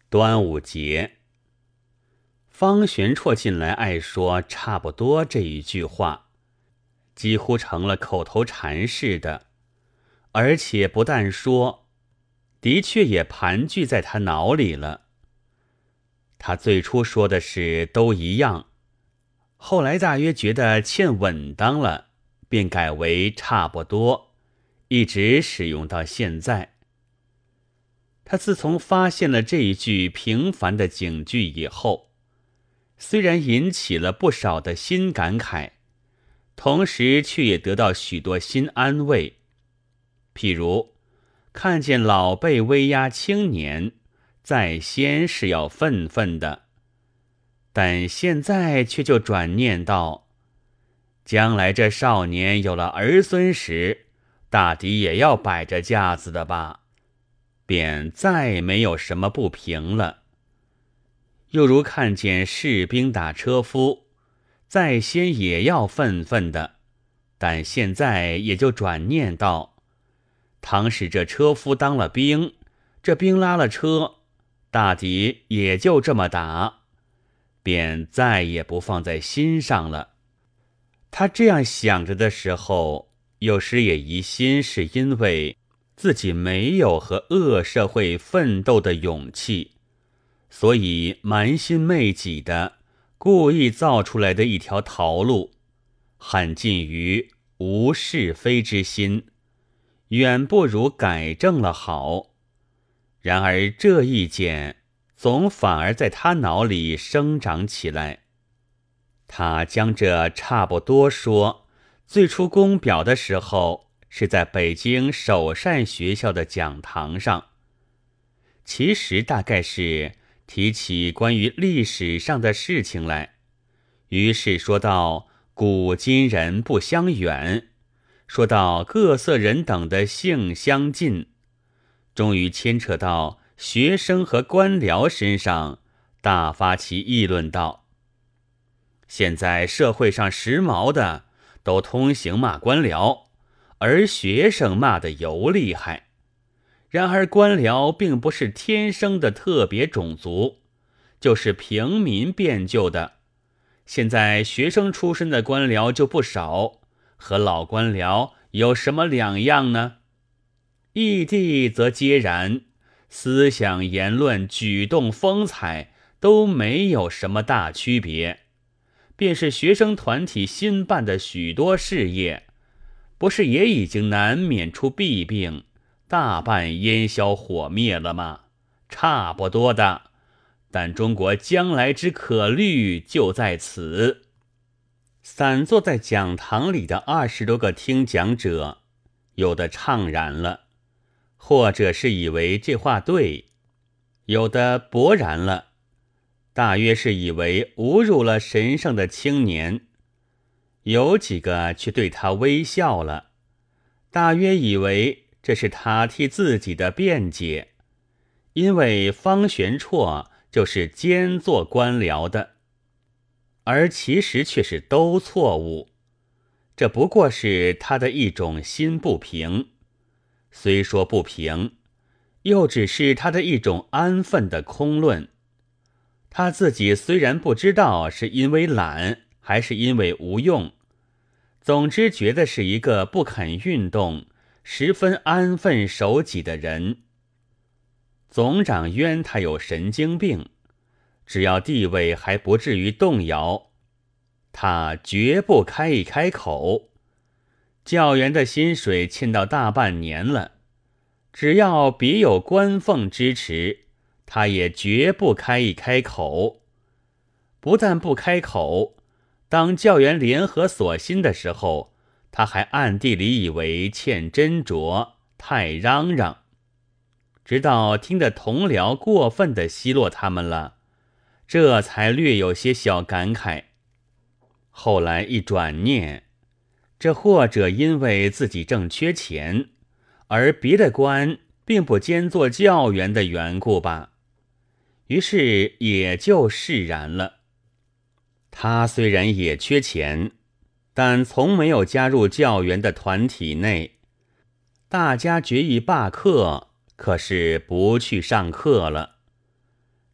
端午节，方玄绰近来爱说差不多这一句话，几乎成了口头禅似的，而且不但说，的确也盘踞在他脑里了。他最初说的是都一样，后来大约觉得欠稳当了，便改为差不多，一直使用到现在。他自从发现了这一句平凡的警句以后，虽然引起了不少的新感慨，同时却也得到许多新安慰。譬如看见老辈威压青年，在先是要愤愤的，但现在却就转念道，将来这少年有了儿孙时，大抵也要摆着架子的吧，便再没有什么不平了。又如看见士兵打车夫，在先也要愤愤的，但现在也就转念道，倘使这车夫当了兵，这兵拉了车，大抵也就这么打，便再也不放在心上了。他这样想着的时候，有时也疑心是因为自己没有和恶社会奋斗的勇气，所以瞒心昧己的故意造出来的一条逃路，很近于无是非之心，远不如改正了好。然而这意见总反而在他脑里生长起来。他将这差不多说，最初公表的时候是在北京首善学校的讲堂上，其实大概是提起关于历史上的事情来，于是说到古今人不相远，说到各色人等的性相近，终于牵扯到学生和官僚身上，大发其议论道，现在社会上时髦的都通行骂官僚，而学生骂得尤厉害。然而官僚并不是天生的特别种族，就是平民变就的。现在学生出身的官僚就不少，和老官僚有什么两样呢？异地则皆然，思想言论举动风采都没有什么大区别。便是学生团体新办的许多事业，不是也已经难免出弊病，大半烟消火灭了吗？差不多的，但中国将来之可虑就在此。散坐在讲堂里的20多个听讲者，有的怅然了，或者是以为这话对，有的勃然了，大约是以为侮辱了神圣的青年，有几个却对他微笑了，大约以为这是他替自己的辩解，因为方玄绰就是兼做官僚的，而其实却是都错误，这不过是他的一种心不平，虽说不平，又只是他的一种安分的空论。他自己虽然不知道是因为懒还是因为无用，总之觉得是一个不肯运动、十分安分守己的人。总长冤他有神经病，只要地位还不至于动摇，他绝不开一开口。教员的薪水欠到大半年了，只要别有官俸支持，他也绝不开一开口。不但不开口，当教员联合所心的时候，他还暗地里以为欠斟酌，太嚷嚷。直到听得同僚过分地奚落他们了，这才略有些小感慨。后来一转念，这或者因为自己正缺钱，而别的官并不兼做教员的缘故吧，于是也就释然了。他虽然也缺钱，但从没有加入教员的团体内，大家决议罢课，可是不去上课了。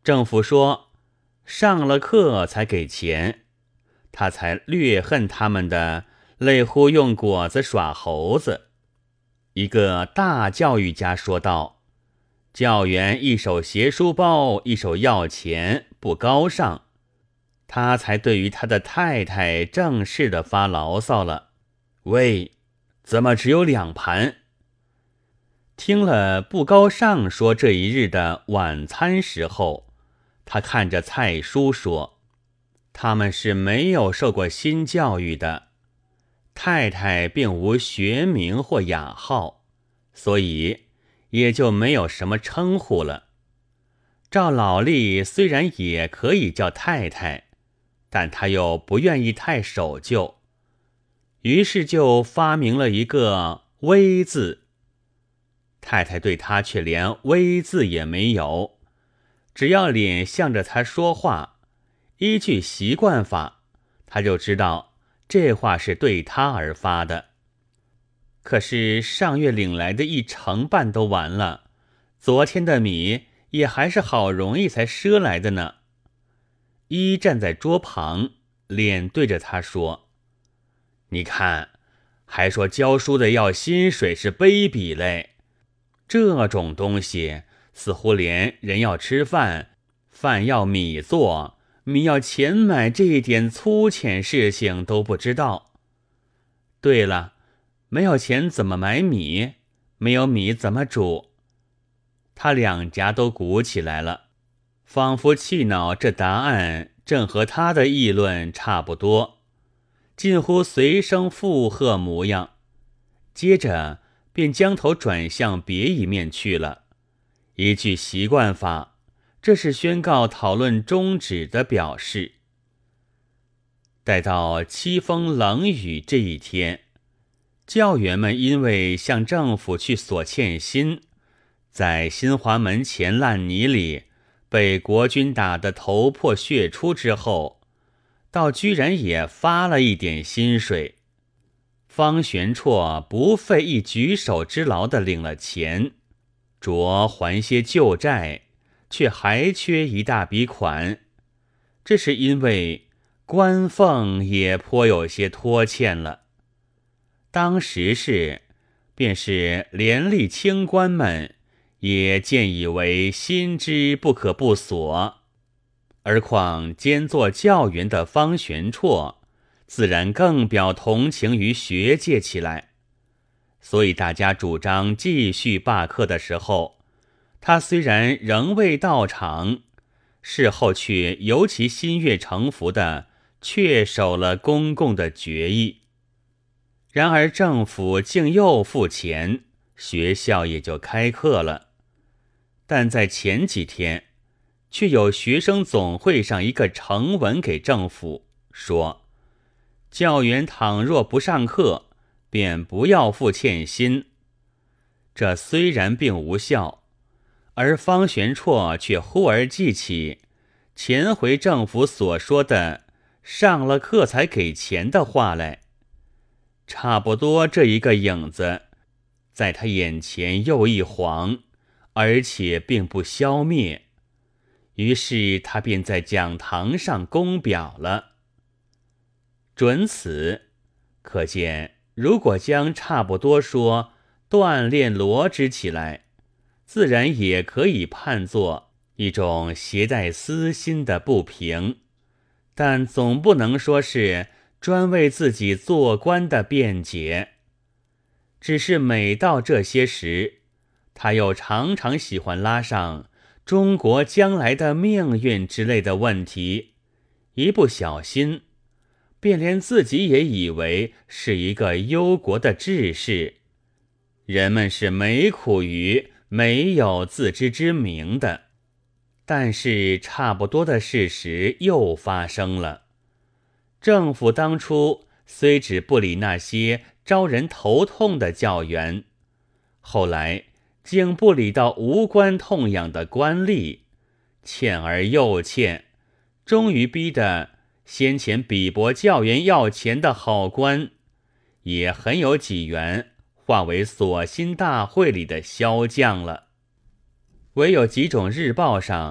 政府说上了课才给钱，他才略恨他们的类乎用果子耍猴子。一个大教育家说道，教员一手携书包，一手要钱，不高尚。他才对于他的太太正式的发牢骚了，喂，怎么只有2盘？听了不高尚说这一日的晚餐时候，他看着菜蔬说，他们是没有受过新教育的，太太并无学名或雅号，所以也就没有什么称呼了。照老例虽然也可以叫太太，但他又不愿意太守旧，于是就发明了一个微字。太太对他却连微字也没有，只要脸向着他说话，依据习惯法，他就知道这话是对他而发的。可是上月领来的1成半都完了，昨天的米也还是好容易才赊来的呢。一站在桌旁，脸对着他说，你看，还说教书的要薪水是卑鄙嘞，这种东西似乎连人要吃饭，饭要米做，米要钱买，这一点粗浅事情都不知道。对了，没有钱怎么买米？没有米怎么煮？他2颊都鼓起来了，仿佛气恼这答案正和他的议论差不多，近乎随声附和模样。接着便将头转向别一面去了。依据习惯法，这是宣告讨论终止的表示。待到凄风冷雨这一天，教员们因为向政府去索欠薪，在新华门前烂泥里被国军打得头破血出之后，倒居然也发了一点薪水。方玄绰不费一举手之劳地领了钱，着还些旧债，却还缺一大笔款。这是因为官俸也颇有些拖欠了。当时便是廉吏清官们也渐以为心知不可不索，而况兼做教员的方玄绰自然更表同情于学界起来，所以大家主张继续罢课的时候，他虽然仍未到场，事后却尤其心悦诚服地确守了公共的决议。然而政府竟又付钱，学校也就开课了。但在前几天，却有学生总会上一个呈文给政府，说教员倘若不上课，便不要付欠薪。这虽然并无效，而方玄绰却忽而记起前回政府所说的上了课才给钱的话来，差不多这一个影子在他眼前又一晃，而且并不消灭。于是他便在讲堂上公表了。准此，可见如果将差不多说锻炼罗织起来，自然也可以判作一种携带私心的不平，但总不能说是专为自己做官的辩解。只是每到这些时，他又常常喜欢拉上中国将来的命运之类的问题，一不小心便连自己也以为是一个忧国的志士。人们是没苦于没有自知之明的。但是差不多的事实又发生了。政府当初虽只不理那些招人头痛的教员，后来竟不理到无关痛痒的官吏，欠而又欠，终于逼得先前比驳教员要钱的好官，也很有几员化为所心大会里的骁将了。唯有几种日报上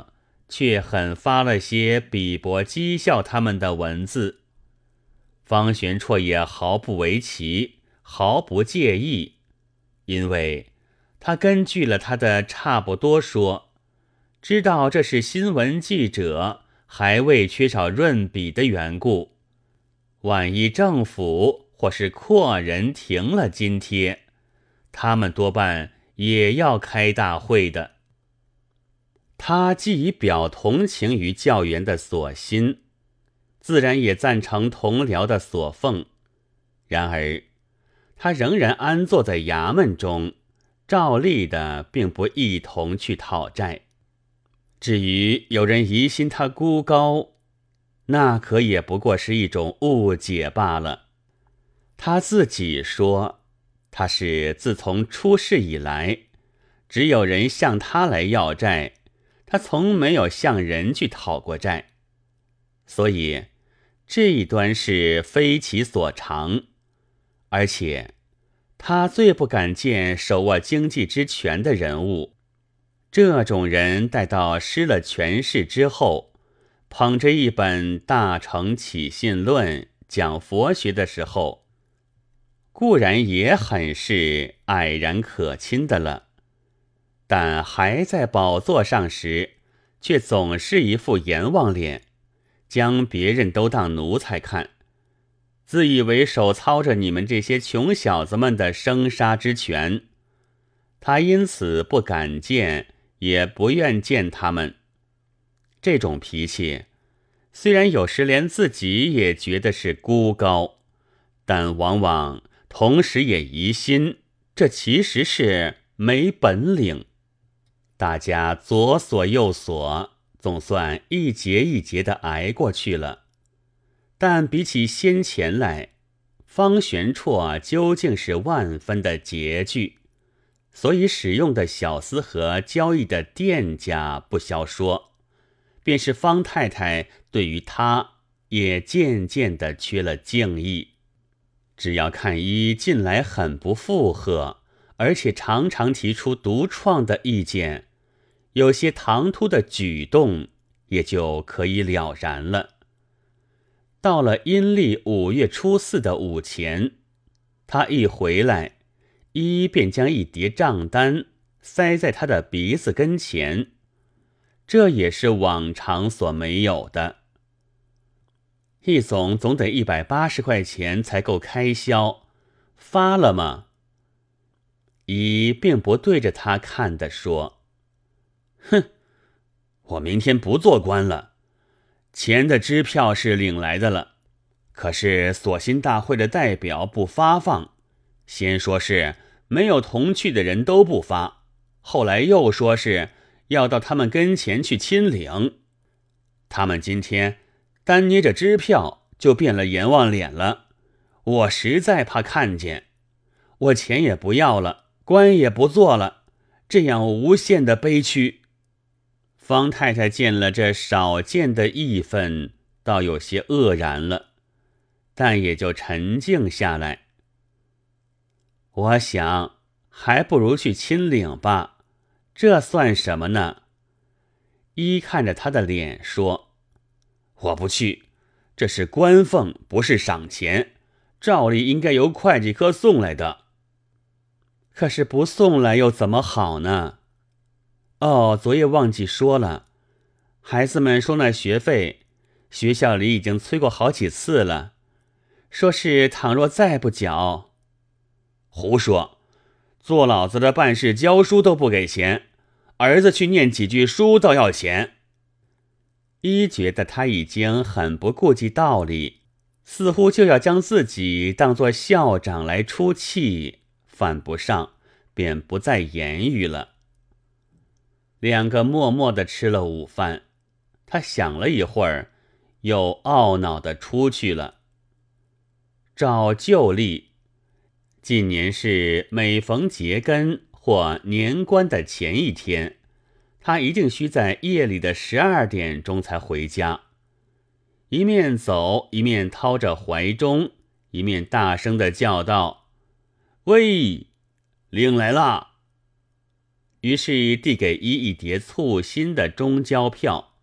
却狠发了些鄙薄讥笑他们的文字。方玄绰也毫不为奇，毫不介意，因为他根据了他的差不多说，知道这是新闻记者还未缺少润笔的缘故。万一政府或是阔人停了津贴，他们多半也要开大会的。他既已表同情于教员的所心，自然也赞成同僚的所奉。然而他仍然安坐在衙门中，照例的并不一同去讨债。至于有人疑心他孤高，那可也不过是一种误解罢了。他自己说，他是自从出世以来，只有人向他来要债，他从没有向人去讨过债，所以这一端是非其所长。而且他最不敢见手握经济之权的人物，这种人待到失了权势之后，捧着一本大乘起信论讲佛学的时候，固然也很是蔼然可亲的了，但还在宝座上时，却总是一副阎王脸，将别人都当奴才看，自以为手操着你们这些穷小子们的生杀之权。他因此不敢见，也不愿见他们。这种脾气虽然有时连自己也觉得是孤高，但往往同时也疑心这其实是没本领。大家左锁右锁，总算一节一节地挨过去了。但比起先前来，方玄绰究竟是万分的拮据，所以使用的小厮和交易的店家不消说，便是方太太对于他也渐渐地缺了敬意。只要看一近来很不附和，而且常常提出独创的意见，有些唐突的举动，也就可以了然了。到了阴历5月初4的午前，他一回来，一便将一叠账单塞在他的鼻子跟前，这也是往常所没有的。一总得180块钱才够开销，发了吗？一并不对着他看的说：哼，我明天不做官了，钱的支票是领来的了，可是所心大会的代表不发放，先说是没有同去的人都不发，后来又说是要到他们跟前去亲领。他们今天单捏着支票就变了阎王脸了，我实在怕看见，我钱也不要了，官也不做了，这样无限的悲屈。方太太见了这少见的义愤，倒有些愕然了，但也就沉静下来。我想还不如去亲领吧，这算什么呢？一看着他的脸说：我不去，这是官俸，不是赏钱，照例应该由会计科送来的。可是不送来又怎么好呢？哦，昨夜忘记说了，孩子们说那学费，学校里已经催过好几次了，说是倘若再不缴。胡说，做老子的办事教书都不给钱，儿子去念几句书倒要钱。一觉得他已经很不顾及道理，似乎就要将自己当作校长来出气，犯不上，便不再言语了。两个默默地吃了午饭，他想了一会儿，又懊恼地出去了。照旧例，近年是每逢节根或年关的前一天，他一定需在夜里的12点钟才回家，一面走一面掏着怀中，一面大声地叫道：喂，领来啦！于是递给一叠簇新的中交票，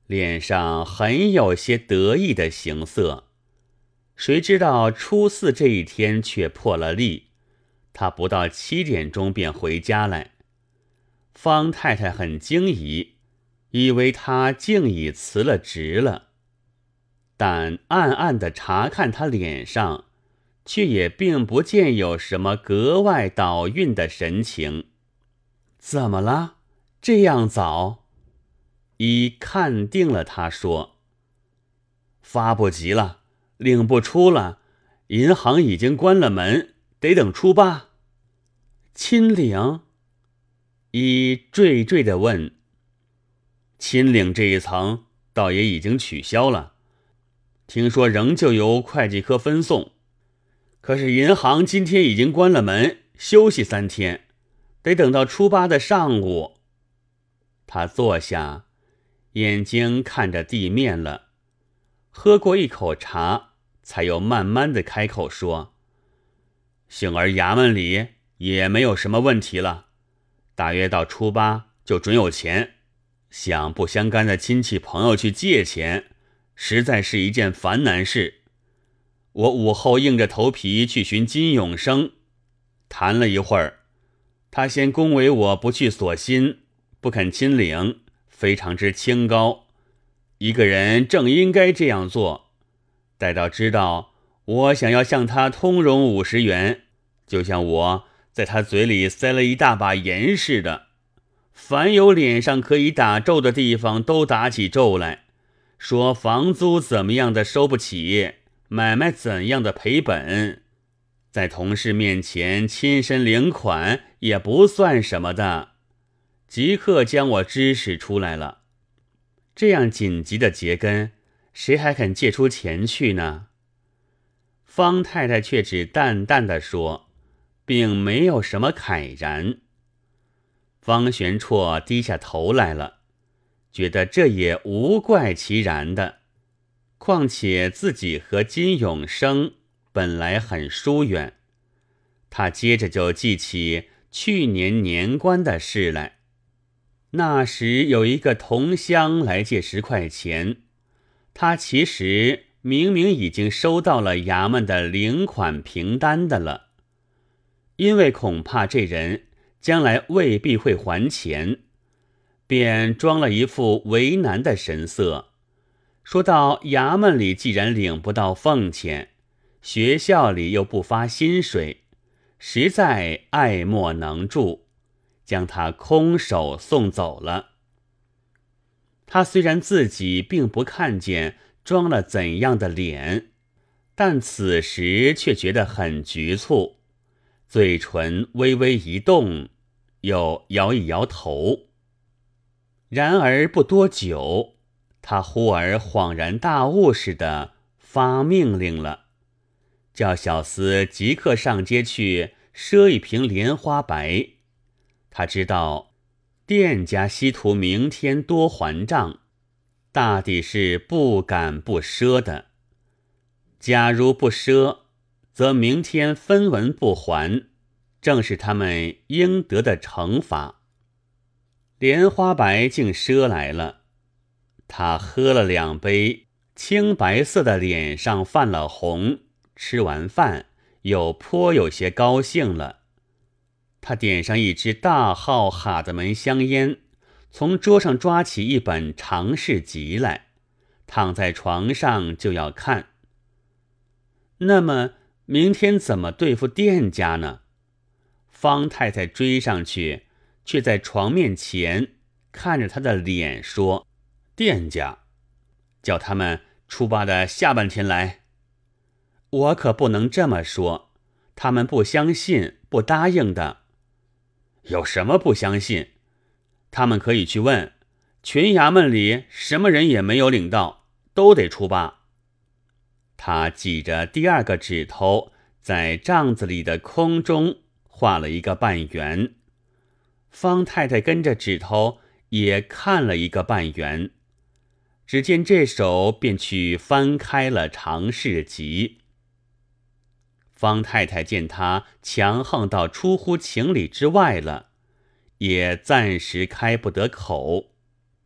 脸上很有些得意的形色。谁知道初4这一天却破了例，他不到7点钟便回家来。方太太很惊疑，以为他竟已辞了职了，但暗暗地查看他脸上，却也并不见有什么格外倒运的神情。怎么了？这样早？一看定了他说，发不及了，领不出了，银行已经关了门，得等初8。亲领？一惴惴地问。亲领这一层倒也已经取消了，听说仍旧由会计科分送，可是银行今天已经关了门，休息3天，得等到初8的上午。他坐下，眼睛看着地面了，喝过一口茶，才又慢慢地开口说，幸而衙门里也没有什么问题了，大约到初8就准有钱，向不相干的亲戚朋友去借钱，实在是一件烦难事。我午后硬着头皮去寻金永生，谈了一会儿，他先恭维我不去索薪，不肯亲领，非常之清高。一个人正应该这样做。待到知道我想要向他通融50元，就像我在他嘴里塞了一大把盐似的，凡有脸上可以打皱的地方都打起皱来，说房租怎么样的收不起，买卖怎样的赔本，在同事面前亲身领款也不算什么的，即刻将我指使出来了。这样紧急的节根，谁还肯借出钱去呢？方太太却只淡淡地说，并没有什么慨然。方玄绰低下头来了，觉得这也无怪其然的，况且自己和金永生本来很疏远。他接着就记起去年年关的事来。那时有一个同乡来借10块钱，他其实明明已经收到了衙门的领款凭单的了，因为恐怕这人将来未必会还钱，便装了一副为难的神色，说到衙门里既然领不到俸钱，学校里又不发薪水，实在爱莫能助，将他空手送走了。他虽然自己并不看见装了怎样的脸，但此时却觉得很局促，嘴唇微微一动，又摇一摇头。然而不多久，他忽而恍然大悟似的发命令了，叫小厮即刻上街去赊一瓶莲花白。他知道店家希图明天多还账，大抵是不敢不赊的。假如不赊，则明天分文不还，正是他们应得的惩罚。莲花白竟赊来了，他喝了2杯，青白色的脸上泛了红，吃完饭又颇有些高兴了。他点上一支大号哈德门香烟，从桌上抓起一本常识集来，躺在床上就要看。那么明天怎么对付店家呢？方太太追上去，却在床面前看着他的脸说，店家叫他们初8的下半天来。我可不能这么说，他们不相信，不答应的。有什么不相信？他们可以去问，全衙门里什么人也没有领到，都得初8。他挤着第2个指头在帐子里的空中画了一个半圆，方太太跟着指头也看了一个半圆，只见这手便去翻开了常识集。方太太见他强横到出乎情理之外了，也暂时开不得口。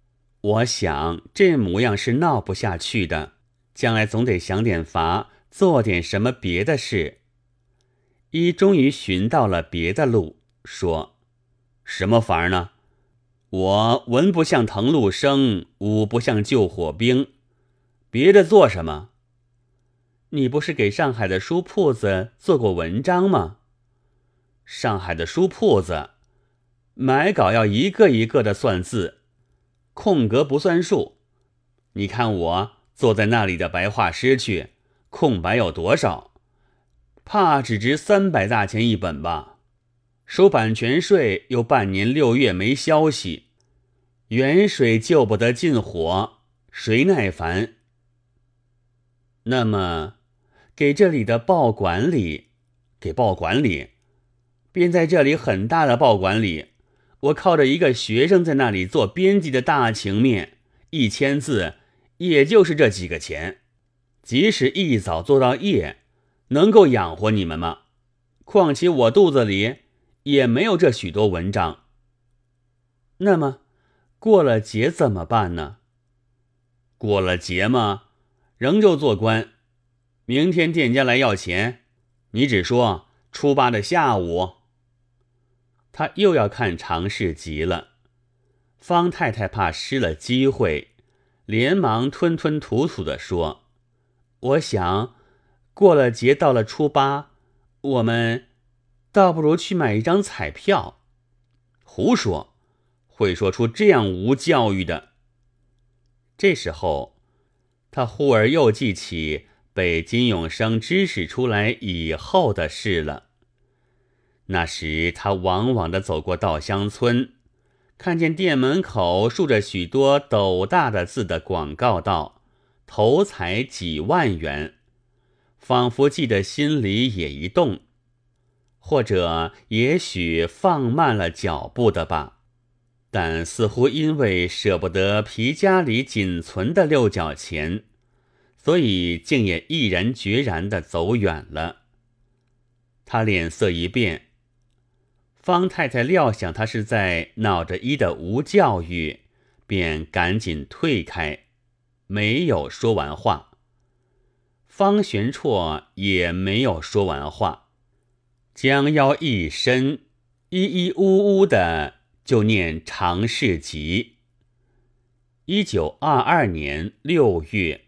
我想这模样是闹不下去的，将来总得想点法，做点什么别的事。一终于寻到了别的路，说：什么法呢？我文不像滕禄生，武不像救火兵，别的做什么？你不是给上海的书铺子做过文章吗？上海的书铺子买稿要一个一个的算字，空格不算数。你看我坐在那里的白话诗去，空白有多少？怕只值300大钱一本吧。收版权税又半年6月没消息，远水救不得近火，谁耐烦？那么给这里的报馆里，给报馆里，便在这里很大的报馆里，我靠着一个学生在那里做编辑的大情面，1000字也就是这几个钱，即使一早做到夜，能够养活你们吗？况且我肚子里也没有这许多文章。那么过了节怎么办呢？过了节嘛，仍旧做官。明天店家来要钱，你只说初8的下午。他又要看常侍急了。方太太怕失了机会，连忙吞吞吐吐地说：我想过了节到了初8，我们倒不如去买一张彩票。胡说，会说出这样无教育的。这时候他忽而又记起被金永生指使出来以后的事了。那时他往往地走过稻香村，看见店门口竖着许多斗大的字的广告道，头彩几万元，仿佛记得心里也一动，或者也许放慢了脚步的吧，但似乎因为舍不得皮夹里仅存的6角钱，所以竟也毅然决然地走远了。他脸色一变，方太太料想他是在闹着一的无教育，便赶紧退开，没有说完话。方玄绰也没有说完话，将腰一伸，咿咿呜呜的就念常侍集。1922年6月。